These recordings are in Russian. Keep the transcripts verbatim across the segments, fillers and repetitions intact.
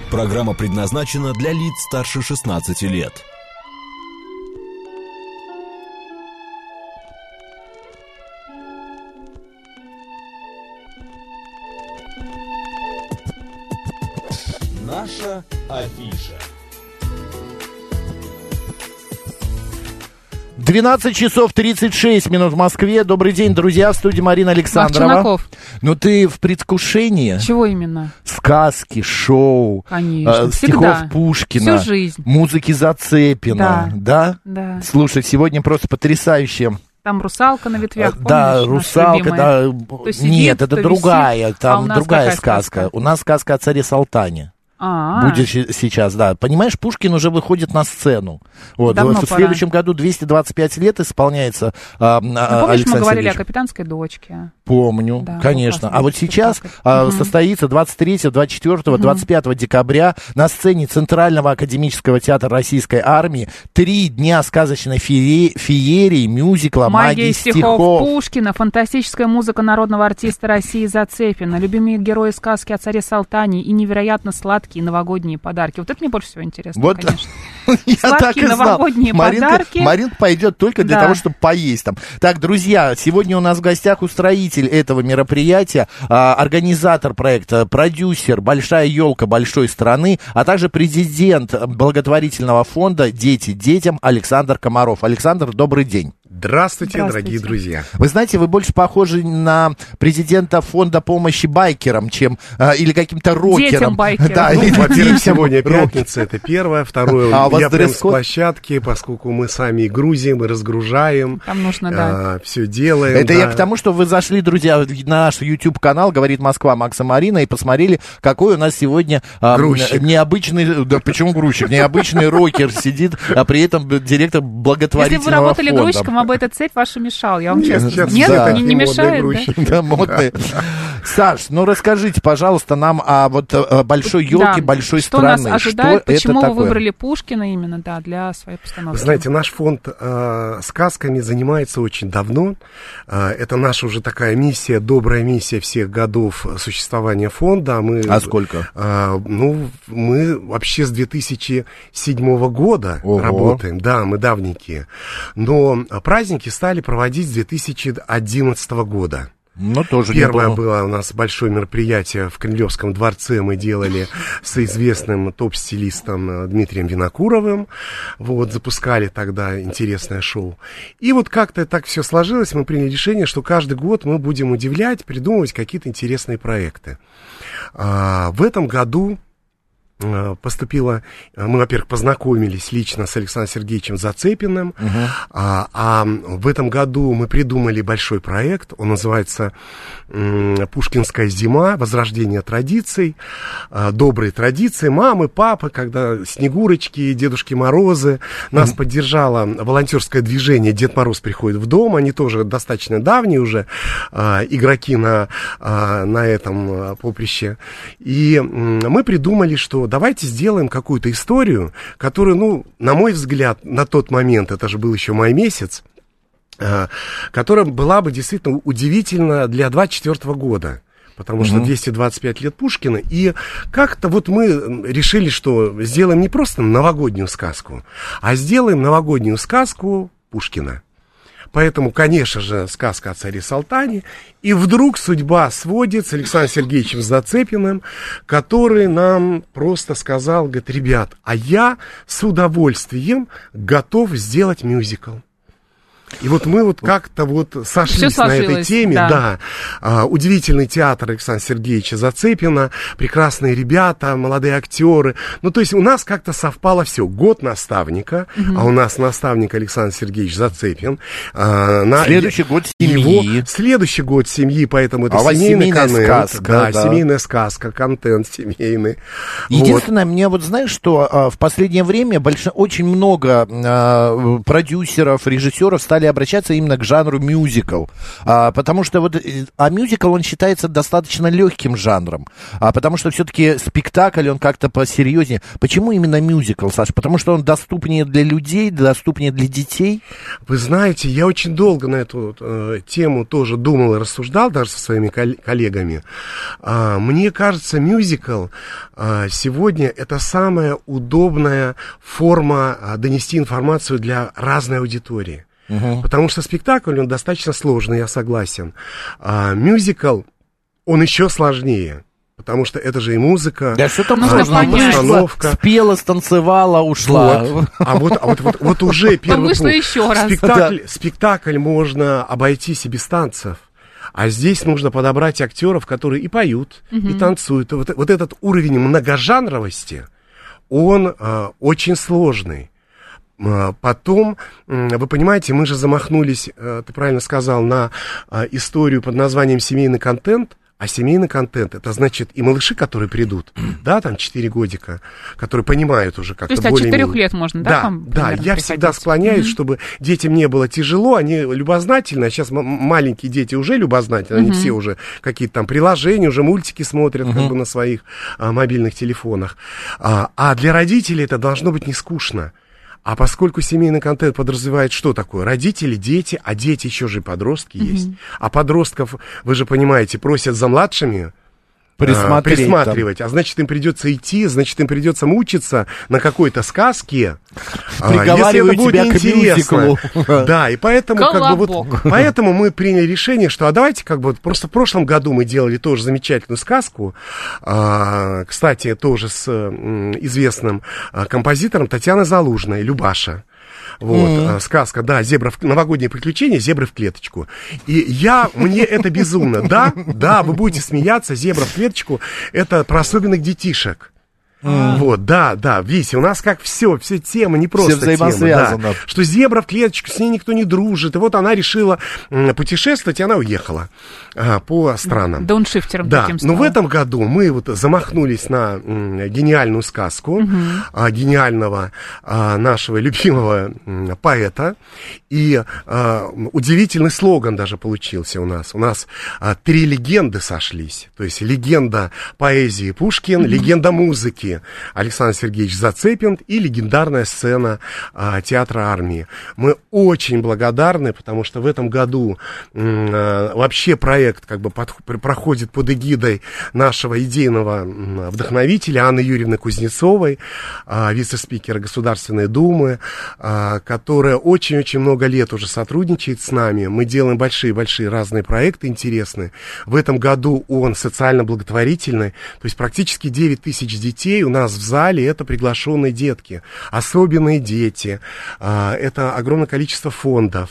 Программа предназначена для лиц старше шестнадцати лет. Наша афиша. двенадцать часов тридцать шесть минут в Москве. Добрый день, друзья, в студии Марина Александрова. Ну ты в предвкушении? Чего именно? Сказки, шоу, конечно, э, стихов всегда. Пушкина, всю жизнь. Музыки Зацепина, да? Да. Да. Слушай, сегодня просто потрясающе. Там русалка на ветвях, помнишь? Да, русалка, да. Сидит, Нет, это другая, висит, там а другая сказка. сказка. У нас сказка о царе Салтане. А-а-а. Будет сейчас, да. Понимаешь, Пушкин уже выходит на сцену. Вот. Давно В пора. следующем году двести двадцать пять лет исполняется а, ну, а, помнишь, Александру мы говорили Сергеевичу. о капитанской дочке? Помню, Да, конечно. А вот сейчас а, угу. состоится двадцать третьего, двадцать четвёртого, угу. двадцать пятого декабря на сцене Центрального академического театра Российской армии три дня сказочной феерии, феерии мюзикла «Магия, Магия стихов». стихов Пушкина, фантастическая музыка народного артиста России Зацепина, любимые герои сказки о царе Салтане и невероятно сладкие новогодние подарки. Вот это мне больше всего интересно, вот, конечно. Я Сладкие так и знал. новогодние Маринка, подарки. Маринка пойдет только для Да. того, чтобы поесть там. Так, друзья, сегодня у нас в гостях устроитель этого мероприятия, а, организатор проекта, продюсер «Большая елка большой страны», а также президент благотворительного фонда «Дети детям» Александр Комаров. Александр, добрый день. Здравствуйте, Здравствуйте, дорогие друзья. Вы знаете, вы больше похожи на президента фонда помощи байкерам, чем а, или каким-то рокером. Детям-байкерам. Да, Ну, или во-первых, детям сегодня рокерам. пятница, это первое. Второе, А у вас я прям с дресс-код? площадки, поскольку мы сами и грузим, и разгружаем. Там нужно, да. Все делаем. Это да. я к тому, что вы зашли, друзья, на наш YouTube-канал «Говорит Москва» Макса Марина и посмотрели, какой у нас сегодня а, Грузчик. необычный, да почему грузчик, необычный рокер сидит, а при этом директор Если бы вы благотворительного работали фонда. грузчиком, об этой цепь ваша мешал, я вам честно. Сейчас Нет, да. не, не модные мешает, да? грузчики. Да, модные. Саш, ну расскажите, пожалуйста, нам о вот о большой елке, Да. большой что страны. нас ожидает, Что почему это вы такое? выбрали Пушкина именно, да, для своей постановки? Вы знаете, наш фонд э, сказками занимается очень давно. Э, это наша уже такая миссия, добрая миссия всех годов существования фонда. Мы, А сколько? Э, ну, мы вообще с две тысячи седьмого года Ого. работаем. Да, мы давненькие. Но праздники стали проводить с две тысячи одиннадцатого года. Ну, тоже Первое неплохо. было у нас большое мероприятие в Кремлевском дворце. Мы делали с известным топ-стилистом Дмитрием Винокуровым. Вот, запускали тогда интересное шоу. И вот как-то так все сложилось. Мы приняли решение, что каждый год мы будем удивлять, придумывать какие-то интересные проекты. А, в этом году поступило, мы, во-первых, познакомились лично с Александром Сергеевичем Зацепиным, uh-huh. а, а в этом году мы придумали большой проект, он называется «Пушкинская зима. Возрождение традиций», добрые традиции, мамы, папы, когда Снегурочки, Дедушки Морозы, нас uh-huh. поддержало волонтерское движение «Дед Мороз приходит в дом», они тоже достаточно давние уже а, игроки на, а, на этом поприще, и мы придумали, что давайте сделаем какую-то историю, которую, ну, на мой взгляд, на тот момент, это же был еще май месяц, э, которая была бы действительно удивительна для двадцать четвёртого года. Потому что двести двадцать пять лет Пушкина. И как-то вот мы решили, что сделаем не просто новогоднюю сказку, а сделаем новогоднюю сказку Пушкина. Поэтому, конечно же, сказка о царе Салтане. И вдруг судьба сводит с Александром Сергеевичем Зацепиным, который нам просто сказал, говорит, ребят, а я с удовольствием готов сделать мюзикл. И вот мы вот как-то вот сошлись на этой теме, да. да. А, удивительный театр Александра Сергеевича Зацепина, прекрасные ребята, молодые актеры. Ну, то есть у нас как-то совпало все. Год наставника, угу. а у нас наставник Александр Сергеевич Зацепин. А, на следующий е- год семьи. Его, следующий год семьи, поэтому это а семейный семейная контент. сказка. Да, да, семейная сказка, контент семейный. Единственное, вот. мне вот знаешь, что а, в последнее время больш... очень много а, продюсеров, режиссеров стали стали обращаться именно к жанру мюзикл. А, потому что вот, а мюзикл, он считается достаточно легким жанром. А, потому что все-таки спектакль, он как-то посерьезнее. Почему именно мюзикл, Саша? Потому что он доступнее для людей, доступнее для детей? Вы знаете, я очень долго на эту э, тему тоже думал и рассуждал, даже со своими кол- коллегами. А, мне кажется, мюзикл а, сегодня это самая удобная форма а, донести информацию для разной аудитории. Uh-huh. Потому что спектакль, он достаточно сложный, я согласен. А мюзикл, он еще сложнее. Потому что это же и музыка, да, что там а, постановка. Спела, станцевала, ушла. Вот. А вот, а вот, вот, вот уже первый вышла пункт. Еще раз. Спектакль, да. спектакль можно обойтись и без танцев. А здесь нужно подобрать актеров, которые и поют, uh-huh. и танцуют. Вот, вот этот уровень многожанровости, он а, очень сложный. Потом, вы понимаете, мы же замахнулись, ты правильно сказал, на историю под названием «Семейный контент». А семейный контент, это значит и малыши, которые придут, да, там четыре годика, которые понимают уже как-то более-менее. То есть от четырех лет можно, да, да, там, да, я приходить? всегда склоняюсь, mm-hmm. чтобы детям не было тяжело, они любознательны, а сейчас м- маленькие дети уже любознательны, mm-hmm. они все уже какие-то там приложения, уже мультики смотрят mm-hmm. как бы на своих а, мобильных телефонах. А, а для родителей это должно быть не скучно. А поскольку семейный контент подразумевает что такое? Родители, дети, а дети еще же и подростки mm-hmm. есть. А подростков, вы же понимаете, просят за младшими присматривать, присматривать. А значит, им придется идти, значит, им придется мучиться на какой-то сказке. Приговариваю если это тебя будет к интересно. мюзиклу. Да, и поэтому, как бы, вот, поэтому мы приняли решение, что а давайте как бы, просто в прошлом году мы делали тоже замечательную сказку, а, кстати, тоже с м, известным а, композитором Татьяной Залужной, Любаша. Вот, mm-hmm. сказка, да, зебра в... новогоднее приключение, зебры в клеточку. И я, мне это безумно, да, да, вы будете смеяться, зебра в клеточку, это про особенных детишек. Mm. Вот, да, да, видите, у нас как все, все темы, не просто все взаимосвязано. Темы, да, что зебра в клеточку, с ней никто не дружит, и вот она решила путешествовать, и она уехала а, по странам. Дауншифтером да, таким но стал. в этом году мы вот замахнулись на м, гениальную сказку mm-hmm. а, гениального а, нашего любимого м, поэта, и а, удивительный слоган даже получился у нас. У нас а, три легенды сошлись, то есть легенда поэзии Пушкин, mm-hmm. легенда музыки Александр Сергеевич Зацепин и легендарная сцена а, театра армии. Мы очень благодарны, потому что в этом году м, а, вообще проект как бы под, проходит под эгидой нашего идейного м, вдохновителя Анны Юрьевны Кузнецовой, а, вице-спикера Государственной Думы, а, которая очень-очень много лет уже сотрудничает с нами. Мы делаем большие-большие разные проекты интересные. В этом году он социально-благотворительный, то есть практически девять тысяч детей у нас в зале, это приглашенные детки, особенные дети, это огромное количество фондов.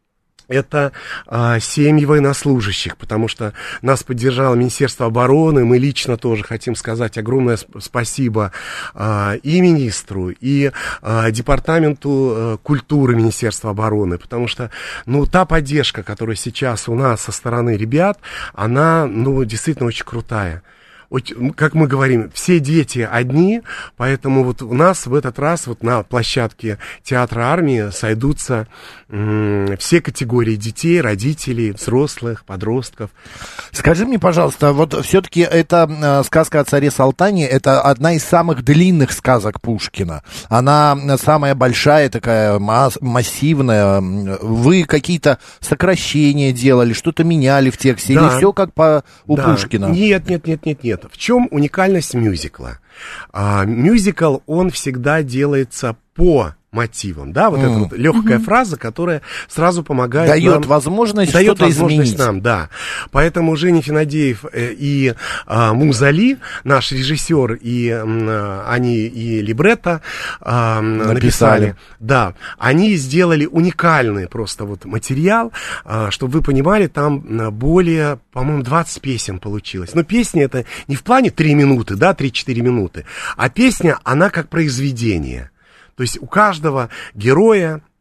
Это а, семьи военнослужащих, потому что нас поддержало Министерство обороны. Мы лично тоже хотим сказать огромное спасибо а, и министру, и а, департаменту а, культуры Министерства обороны, потому что, ну, та поддержка, которая сейчас у нас со стороны ребят, она, ну, действительно очень крутая. Как мы говорим, все дети одни, поэтому вот у нас в этот раз вот на площадке театра армии сойдутся м- все категории детей, родителей, взрослых, подростков. Скажи мне, пожалуйста, вот все-таки эта э, сказка о царе Салтане, это одна из самых длинных сказок Пушкина. Она самая большая, такая масс- массивная. Вы какие-то сокращения делали, что-то меняли в тексте, да. Или все как по, у да. Пушкина? Нет, нет, нет, нет, нет. В чем уникальность мюзикла? А, мюзикл, он всегда делается по мотивам, да, вот mm. эта вот легкая mm-hmm. фраза, которая сразу помогает дает нам, возможность дает что-то возможность изменить. нам, да. Поэтому Женя Финадеев э, и э, Музали, наш режиссер, и э, они и либретто э, написали. написали, да, они сделали уникальный просто вот материал, э, чтобы вы понимали, там более, по-моему, двадцать песен получилось. Но песня это не в плане три минуты, да, три-четыре минуты, а песня, она как произведение. То есть у каждого героя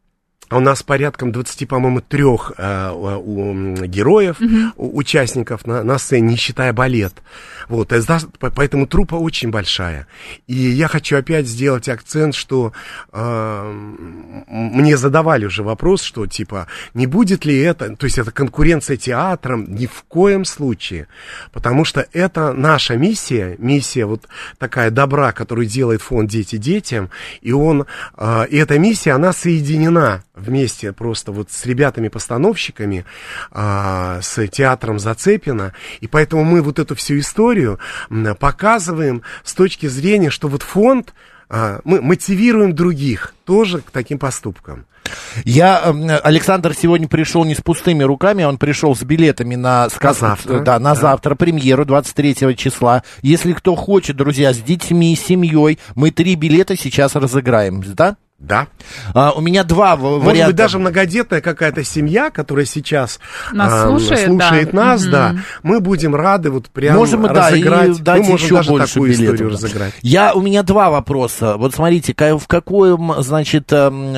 у нас порядком двадцать, по-моему, трех э, у, героев, uh-huh. у, участников на, на сцене, не считая балет. Вот, поэтому труппа очень большая. И я хочу опять сделать акцент, что э, мне задавали уже вопрос, что типа, не будет ли это, то есть это конкуренция театрам, ни в коем случае. Потому что это наша миссия, миссия вот такая добра, которую делает фонд «Дети детям», и он, э, и эта миссия, она соединена вместе просто вот с ребятами-постановщиками, э, с театром Зацепина, и поэтому мы вот эту всю историю показываем с точки зрения, что вот фонд, э, мы мотивируем других тоже к таким поступкам. Я, Александр сегодня пришел не с пустыми руками, он пришел с билетами на сказку, на завтра, да, на да. завтра, премьеру двадцать третьего числа. Если кто хочет, друзья, с детьми, с семьей, мы три билета сейчас разыграем, да? Да. А, у меня два варианта. Может быть, даже многодетная какая-то семья, которая сейчас нас а, слушает, слушает да. нас, угу. да, мы будем рады вот прям можем, разыграть. Да, и мы можем еще даже больше такую билетов, историю да. разыграть. Я, у меня два вопроса. Вот смотрите, в какой, значит,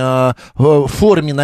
форме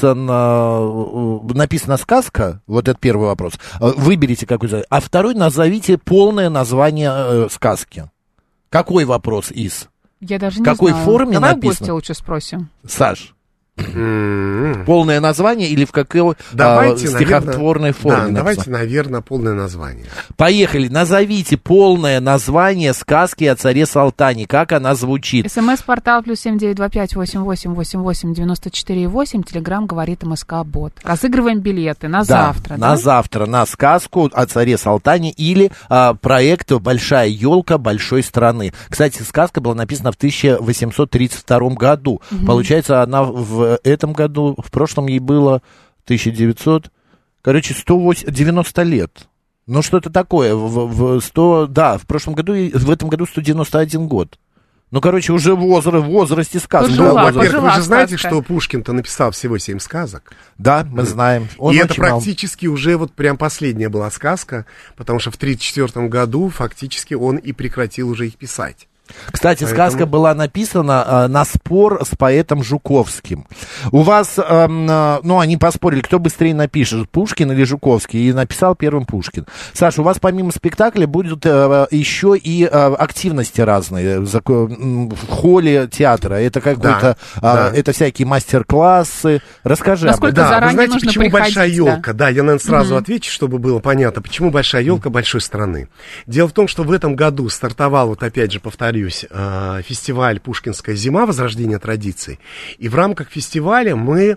написана, написана сказка, вот это первый вопрос. Выберите какой-то. А второй, назовите полное название сказки. Какой вопрос из? Я даже не какой знаю. форме Давай написано? гостя лучше спросим. Саш, Mm-hmm. полное название или в какой давайте, а, стихотворной наверное, форме? Да, написано? давайте, наверное, полное название. Поехали. Назовите полное название сказки о царе Салтане. Как она звучит? СМС-портал плюс семь девять два пять восемь восемь восемь восемь девяносто четыре восемь. Телеграм говорит МСК-бот. Разыгрываем билеты на да, завтра. На да? завтра на сказку о царе Салтане или а, проект «Большая елка большой страны». Кстати, сказка была написана в тысяча восемьсот тридцать втором году. Угу. Получается, она в В этом году, в прошлом ей было тысяча девятьсот, короче, сто девяносто лет. Ну, что-то такое. В, в сто, да, в прошлом году, в этом году сто девяносто один год. Ну, короче, уже в, возраст, в возрасте сказок. Пожила, ну, во-первых, вы же знаете, сказка. что Пушкин-то написал всего семь сказок. Да, мы знаем. Он и это мал. практически уже вот прям последняя была сказка, потому что в тридцать четвёртом году фактически он и прекратил уже их писать. Кстати, Поэтому... сказка была написана э, на спор с поэтом Жуковским. У вас, э, э, ну, они поспорили, кто быстрее напишет, Пушкин или Жуковский, и написал первым Пушкин. Саша, у вас помимо спектакля будут э, еще и э, активности разные в, в холле театра. Это какой-то, да, э, да. это всякие мастер-классы. Расскажи Насколько об этом. Да, вы знаете, нужно почему приходить, большая елка? Да, да, я, наверное, сразу угу. отвечу, чтобы было понятно, почему большая елка большой страны. Дело в том, что в этом году стартовал, вот опять же повторюсь, фестиваль «Пушкинская зима. Возрождение традиций». И в рамках фестиваля мы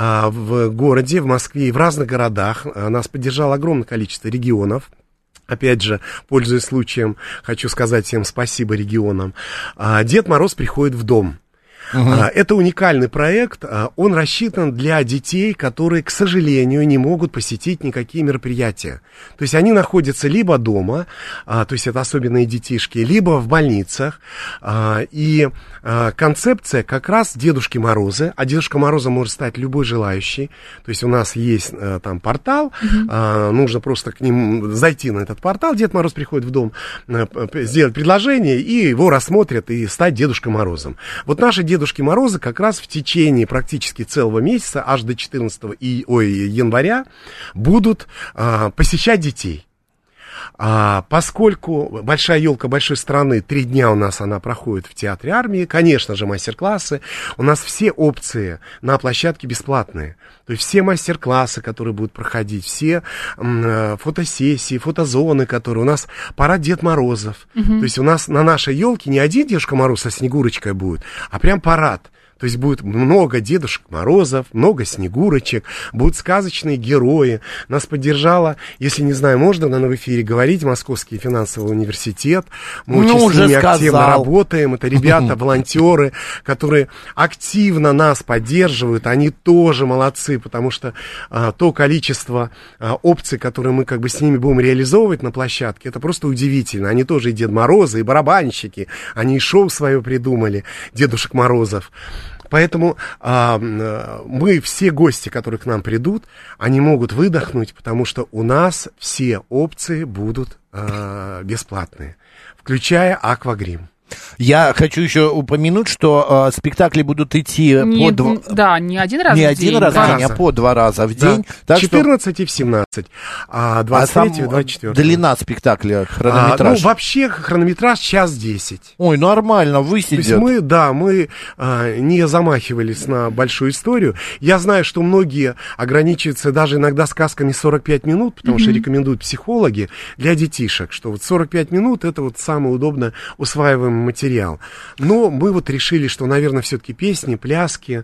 в городе, в Москве и в разных городах, нас поддержало огромное количество регионов. Опять же, пользуясь случаем, хочу сказать всем спасибо регионам. Дед Мороз приходит в дом. Uh-huh. Это уникальный проект, он рассчитан для детей, которые, к сожалению, не могут посетить никакие мероприятия. То есть они находятся либо дома, то есть это особенные детишки, либо в больницах. И концепция как раз Дедушки Морозы, а Дедушка Мороза может стать любой желающий. То есть у нас есть там портал, uh-huh. нужно просто к ним зайти на этот портал, Дед Мороз приходит в дом, сделать предложение, и его рассмотрят и стать Дедушкой Морозом. Вот наши Дедушки Дедушки Морозы как раз в течение практически целого месяца, аж до четырнадцатого и, ой, января, будут а, посещать детей. А, поскольку «Большая елка большой страны», три дня у нас она проходит в Театре Армии, конечно же, мастер-классы, у нас все опции на площадке бесплатные. То есть все мастер-классы, которые будут проходить, все м, фотосессии, фотозоны, которые у нас, парад Дед Морозов. Uh-huh. То есть у нас на нашей елке не один Дедушка Мороз со Снегурочкой будет, а прям парад. То есть будет много Дедушек Морозов, много Снегурочек, будут сказочные герои. Нас поддержала, если не знаю, можно на в эфире говорить, Московский финансовый университет. Мы ну, очень с ними сказал. активно работаем. Это ребята, волонтеры, которые активно нас поддерживают. Они тоже молодцы, потому что а, то количество а, опций, которые мы как бы с ними будем реализовывать на площадке, это просто удивительно. Они тоже и Дед Морозы, и барабанщики. Они и шоу свое придумали, Дедушек Морозов. Поэтому а, мы, все гости, которые к нам придут, они могут выдохнуть, потому что у нас все опции будут а, бесплатные, включая аквагрим. Я хочу еще упомянуть, что э, спектакли будут идти не, по два... Да, не один раз не в один день. раз Да. в день, а по два раза в день. Да. Так четырнадцать что... и в семнадцать, а двадцать третьего и двадцать четвёртого. Длина спектакля, хронометраж? А, ну, вообще хронометраж час десять. Ой, нормально, высидят. То есть мы, да, мы а, не замахивались на большую историю. Я знаю, что многие ограничиваются даже иногда сказками сорок пять минут, потому mm-hmm. что рекомендуют психологи для детишек, что вот сорок пять минут это вот самый удобно усваиваемый материал. Но мы вот решили, что, наверное, все-таки песни, пляски,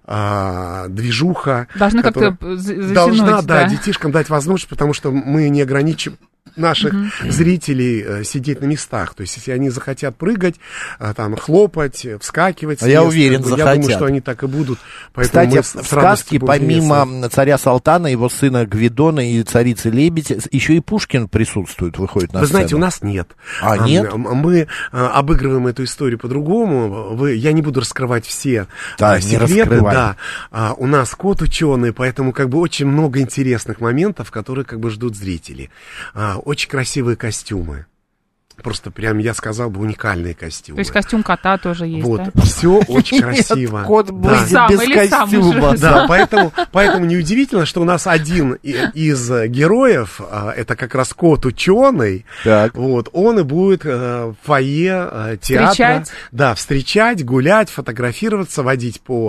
а, движуха. Должны которая... как-то затянуть, Должна, да, да, детишкам дать возможность, потому что мы не ограничим наших uh-huh. зрителей э, сидеть на местах. То есть, если они захотят прыгать, э, там, хлопать, вскакивать. А я уверен, я захотят. Я думаю, что они так и будут. Кстати, в сказке, помимо вместе. царя Салтана, его сына Гвидона и царицы Лебедь, еще и Пушкин присутствует, выходит на Вы сцену. знаете, у нас нет. А, нет? Мы а, обыгрываем эту историю по-другому. Вы, я не буду раскрывать все да, а, секреты. Да. А, у нас кот ученый, поэтому как бы очень много интересных моментов, которые как бы ждут зрителей. А, очень красивые костюмы. Просто прям, я сказал бы, уникальные костюмы. То есть костюм кота тоже есть, вот, да? все очень красиво. Нет, кот будет да. без Сам, костюма. Да, поэтому, поэтому неудивительно, что у нас один из героев, это как раз кот-ученый, вот, он и будет в фойе театра. Встречать. Да, встречать, гулять, фотографироваться, водить по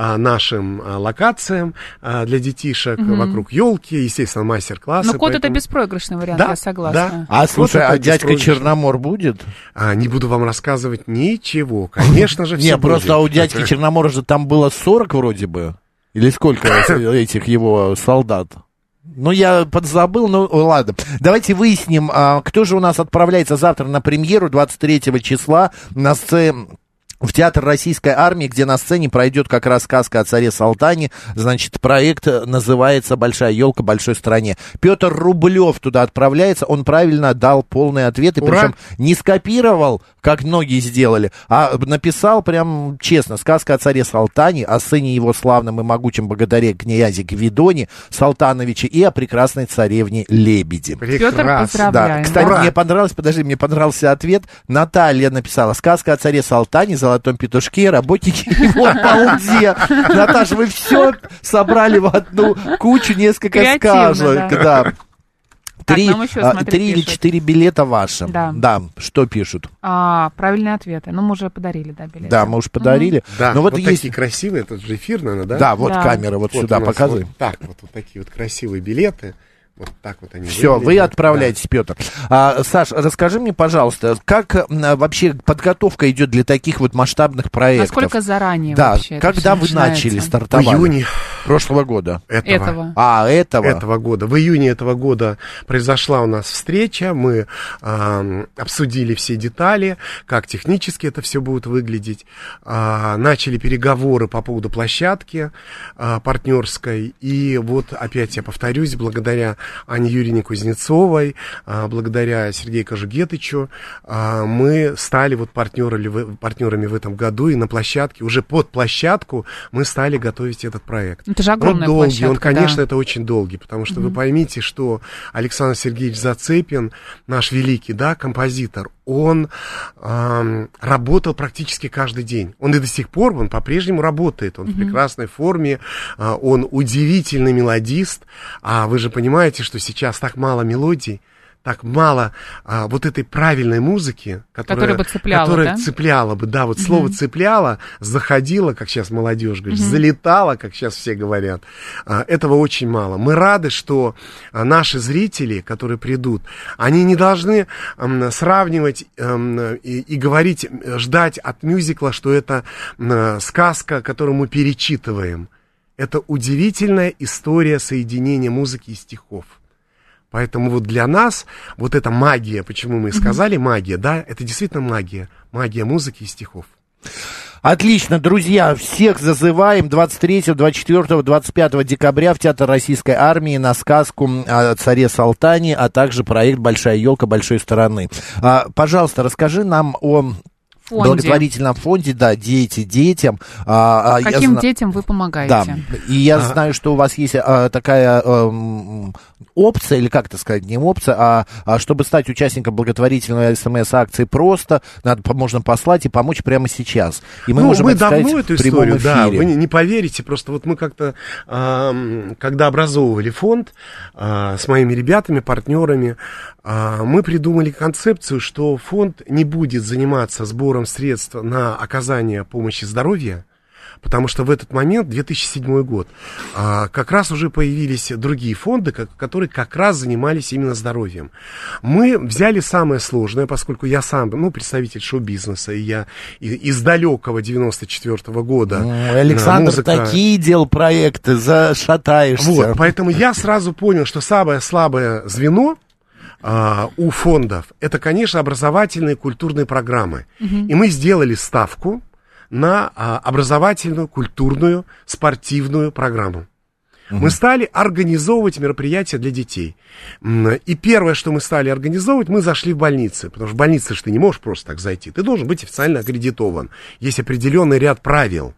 нашим локациям для детишек, угу. вокруг елки, естественно, мастер-классы. Но кот поэтому... это беспроигрышный вариант, да, я согласна. Да. А слушай, а дядька Черномор Черномор будет? А, не буду вам рассказывать ничего. Конечно же, все Не, просто у дядьки Черномора же там было сорок вроде бы. Или сколько этих его солдат? Ну, я подзабыл, ну, ладно. Давайте выясним, кто же у нас отправляется завтра на премьеру двадцать третьего числа на сцене. В Театр Российской Армии, где на сцене пройдет как раз сказка о царе Салтане. Значит, проект называется «Большая елка большой стране». Петр Рублев туда отправляется. Он правильно дал полные ответы. Ура! Причем не скопировал, как многие сделали, а написал прям честно. Сказка о царе Салтане, о сыне его славном и могучем богатыре князе Гвидоне Салтановиче и о прекрасной царевне Лебеди. Петр, поздравляю. Да. Кстати, Ура! мне понравилось, подожди, мне понравился ответ. Наталья написала: сказка о царе Салтане, золотом петушке, работники его балде. Наташа, вы все собрали в одну кучу, несколько Креативно, сказок. Да. Да. Так, Три, нам еще, а, смотри, три или пишут. четыре билета ваши. Да. Да, что пишут? А, правильные ответы. Ну, мы уже подарили, да, билеты. Да, мы уже подарили. Да, Но вот, вот есть... такие красивые, это же эфир, наверное, да? Да, вот Да. камера, вот, Вот сюда у нас показывай. Вот так вот, вот такие вот красивые билеты. Вот так вот они Все, выглядят. вы отправляетесь, да. Петр. А, Саш, расскажи мне, пожалуйста, как а, вообще подготовка идет для таких вот масштабных проектов? Насколько заранее да, вообще это когда всё вы начали, начинается? стартовали? В июне прошлого года. этого. Этого. А, этого? этого года. В июне этого года произошла у нас встреча, мы э, обсудили все детали, как технически это все будет выглядеть, э, начали переговоры по поводу площадки э, партнерской, и вот опять я повторюсь, благодаря Ане Юрьевне Кузнецовой, э, благодаря Сергею Кожугетычу э, мы стали вот партнерами, партнерами в этом году, и на площадке, уже под площадку мы стали готовить этот проект. Это же огромная он долгий, площадка, он, конечно, да. это очень долгий, потому что Mm-hmm. вы поймите, что Александр Сергеевич Зацепин, наш великий, да, композитор, он эм, работал практически каждый день. Он и до сих пор, он по-прежнему работает, он mm-hmm. в прекрасной форме, э, он удивительный мелодист, а вы же понимаете, что сейчас так мало мелодий, так мало а, вот этой правильной музыки, которая, которая бы цепляла, которая да? цепляла бы, да, вот Mm-hmm. слово цепляла, заходила, как сейчас молодежь говорит, Mm-hmm. залетала, как сейчас все говорят. А, этого очень мало. Мы рады, что а, наши зрители, которые придут, они не должны а, сравнивать а, и, и говорить, ждать от мюзикла, что это а, сказка, которую мы перечитываем. Это удивительная история соединения музыки и стихов. Поэтому вот для нас вот эта магия, почему мы и сказали магия, да, это действительно магия, магия музыки и стихов. Отлично, друзья, всех зазываем двадцать третьего, двадцать четвёртого, двадцать пятого декабря в Театр Российской Армии на сказку о царе Салтане, а также проект «Большая елка большой страны». А, пожалуйста, расскажи нам о фонде. Благотворительном фонде, да, дети детям. А, Каким я... детям вы помогаете? Да, и я а... знаю, что у вас есть а, такая а, опция, или как это сказать, не опция, а, а чтобы стать участником благотворительной СМС-акции просто, надо, можно послать и помочь прямо сейчас. И мы ну, можем мы это давно сказать эту в прямом историю, эфире. да, вы не, не поверите, просто вот мы как-то, э, когда образовывали фонд э, с моими ребятами, партнерами, э, мы придумали концепцию, что фонд не будет заниматься сбором средств на оказание помощи здоровья, потому что в этот момент, две тысячи седьмой год, как раз уже появились другие фонды, которые как раз занимались именно здоровьем. Мы взяли самое сложное, поскольку я сам, ну, представитель шоу-бизнеса, и я из далекого девяносто четвёртого года. Александр, музыка... такие дел проекты, зашатаешься. Вот, поэтому я сразу понял, что самое слабое звено Uh, у фондов, это, конечно, образовательные культурные программы. Uh-huh. И мы сделали ставку на uh, образовательную, культурную, спортивную программу. Uh-huh. Мы стали организовывать мероприятия для детей. И первое, что мы стали организовывать, мы зашли в больницы. Потому что в больнице же ты не можешь просто так зайти. Ты должен быть официально аккредитован. Есть определенный ряд правил,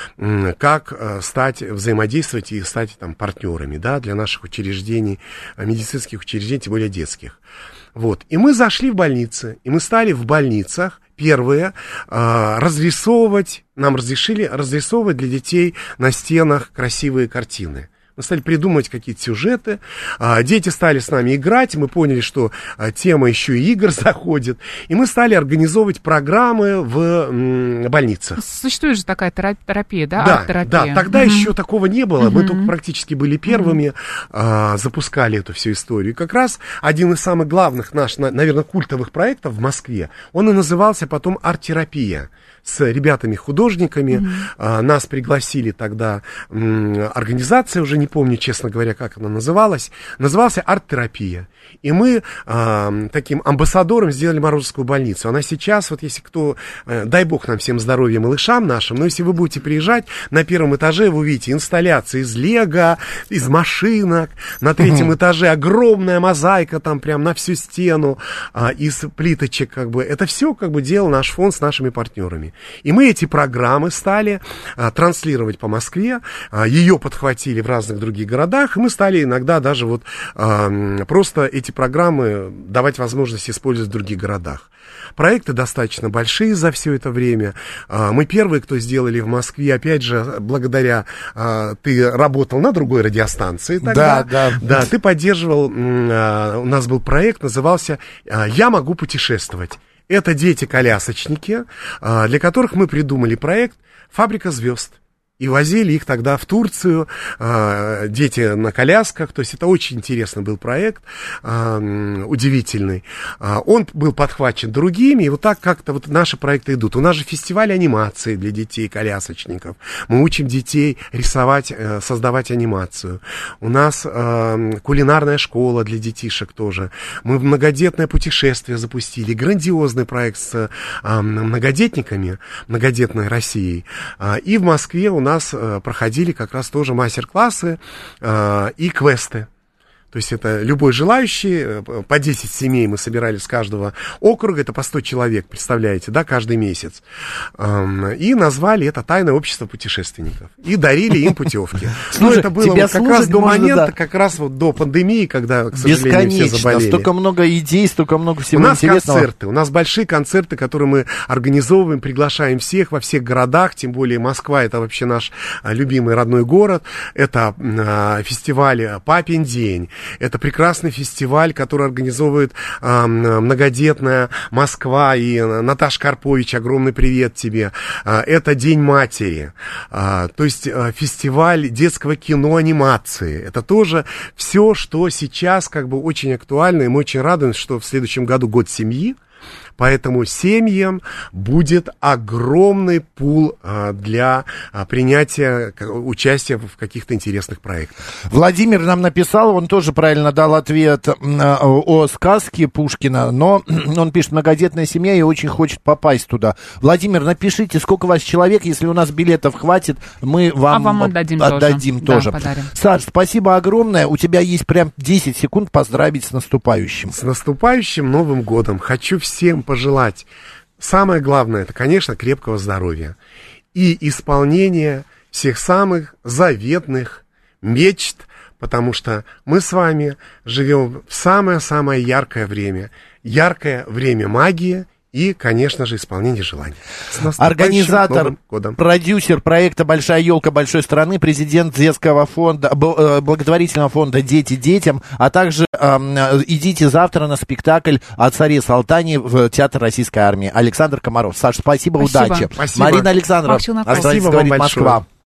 как стать, взаимодействовать и стать там партнерами, да, для наших учреждений, медицинских учреждений, тем более детских. Вот. И мы зашли в больницы, и мы стали в больницах первые э, разрисовывать, нам разрешили разрисовывать для детей на стенах красивые картины. Мы стали придумывать какие-то сюжеты, а, дети стали с нами играть, мы поняли, что а, тема еще и игр заходит, и мы стали организовывать программы в м, больницах. Существует же такая терапия, да? Да, арт-терапия. Да, тогда mm-hmm. еще такого не было, mm-hmm. мы только практически были первыми, mm-hmm. а, запускали эту всю историю. И как раз один из самых главных наших, наверное, культовых проектов в Москве, он и назывался потом «Арт-терапия». С ребятами-художниками. Mm-hmm. А, нас пригласили тогда м, организация, уже не помню, честно говоря, как она называлась, назывался «Арт-терапия». И мы а, таким амбассадором сделали Морозовскую больницу. Она сейчас, вот если кто, э, дай бог нам всем здоровья малышам нашим, но если вы будете приезжать, на первом этаже вы увидите инсталляции из лего, из машинок, на третьем mm-hmm. этаже огромная мозаика там прям на всю стену, а, из плиточек, как бы. Это все как бы делал наш фонд с нашими партнерами. И мы эти программы стали а, транслировать по Москве, а, ее подхватили в разных других городах, и мы стали иногда даже вот а, просто эти программы давать возможность использовать в других городах. Проекты достаточно большие за все это время. А, мы первые, кто сделали в Москве, опять же, благодаря, а, ты работал на другой радиостанции тогда. Да, да. Да, ты поддерживал, а, у нас был проект, назывался «Я могу путешествовать». Это дети-колясочники, для которых мы придумали проект «Фабрика звезд». И возили их тогда в Турцию, э, дети на колясках, то есть это очень интересный был проект, э, удивительный. Э, он был подхвачен другими, и вот так как-то вот наши проекты идут. У нас же фестиваль анимации для детей-колясочников. Мы учим детей рисовать, э, создавать анимацию. У нас э, кулинарная школа для детишек тоже. Мы многодетное путешествие запустили, грандиозный проект с э, многодетниками, многодетной Россией. Э, и в Москве у нас проходили как раз тоже мастер-классы э, и квесты. То есть это любой желающий, по десять семей мы собирали с каждого округа, это по сто человек, представляете, да, каждый месяц. И назвали это «Тайное общество путешественников». И дарили им путевки. Ну, это было вот как раз до момента, как раз вот до пандемии, когда, к сожалению, все заболели. Столько много идей, столько много всего интересного. У нас интересного. концерты, у нас большие концерты, которые мы организовываем, приглашаем всех во всех городах, тем более Москва — это вообще наш любимый родной город. Это фестиваль «Папин день». Это прекрасный фестиваль, который организовывает э, многодетная Москва, и Наташа Карпович, огромный привет тебе. Э, это День матери. Э, то есть э, фестиваль детского кино, анимации. Это тоже все, что сейчас как бы очень актуально, и мы очень радуемся, что в следующем году год семьи. Поэтому семьям будет огромный пул а, для а, принятия, участия в каких-то интересных проектах. Владимир нам написал, он тоже правильно дал ответ а, о сказке Пушкина, но он пишет: многодетная семья и очень хочет попасть туда. Владимир, напишите, сколько у вас человек, если у нас билетов хватит, мы вам, а вам отдадим, отдадим тоже. тоже. Да, Саш, спасибо огромное, у тебя есть прям десять секунд поздравить с наступающим. С наступающим Новым годом. Хочу всем пожелать самое главное, это, конечно, крепкого здоровья и исполнение всех самых заветных мечт, потому что мы с вами живем в самое-самое яркое время. Яркое время магии и, конечно же, исполнение желаний. Организатор, продюсер проекта «Большая елка большой страны», президент детского фонда, благотворительного фонда «Дети детям», а также э, идите завтра на спектакль о царе Салтане в Театр Российской Армии. Александр Комаров. Саша, спасибо, спасибо. удачи. Спасибо. Марина Александровна, Спасибо говорит Москва.